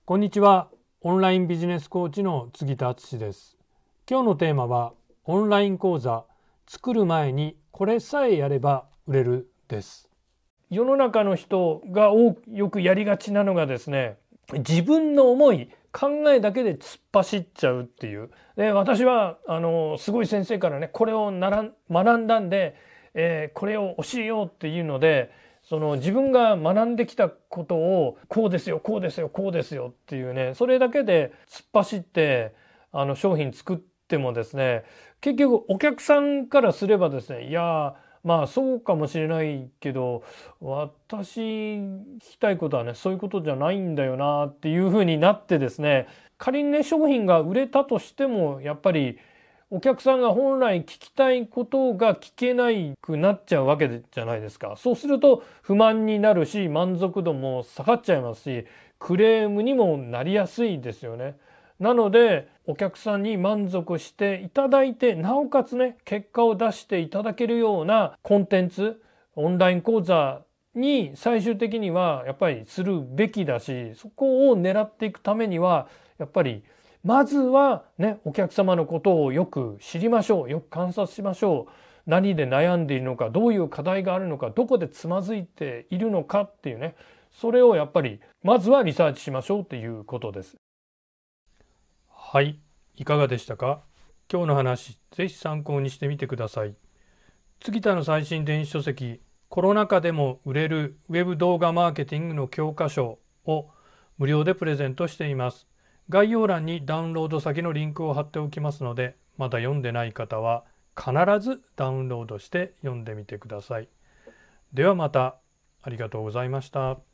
こんにちは。オンラインビジネスコーチの杉田敦です。今日のテーマはオンライン講座作る前にこれさえやれば売れるです。世の中の人がよくやりがちなのがですね、自分の思い考えだけで突っ走っちゃうっていう。で、私はすごい先生からね、これを学んだんで、これを教えようっていうので、自分が学んできたことをこうですよこうですよこうですよっていうね、それだけで突っ走って商品作ってもですね、結局お客さんからすればですね、いやまあそうかもしれないけど、私聞きたいことはねそういうことじゃないんだよなっていうふうになってですね、仮にね商品が売れたとしてもやっぱりお客さんが本来聞きたいことが聞けないくなっちゃうわけじゃないですか。そうすると不満になるし、満足度も下がっちゃいますし、クレームにもなりやすいですよね。なのでお客さんに満足していただいて、なおかつね結果を出していただけるようなコンテンツ、オンライン講座に最終的にはやっぱりするべきだし、そこを狙っていくためにはやっぱりまずはね、お客様のことをよく知りましょう。よく観察しましょう。何で悩んでいるのか、どういう課題があるのか、どこでつまずいているのかっていうね、それをやっぱりまずはリサーチしましょうっていうことです。はい、いかがでしたか？今日の話、ぜひ参考にしてみてください。杉田の最新電子書籍、コロナ禍でも売れるウェブ動画マーケティングの教科書を無料でプレゼントしています。概要欄にダウンロード先のリンクを貼っておきますので、まだ読んでない方は必ずダウンロードして読んでみてください。ではまた。ありがとうございました。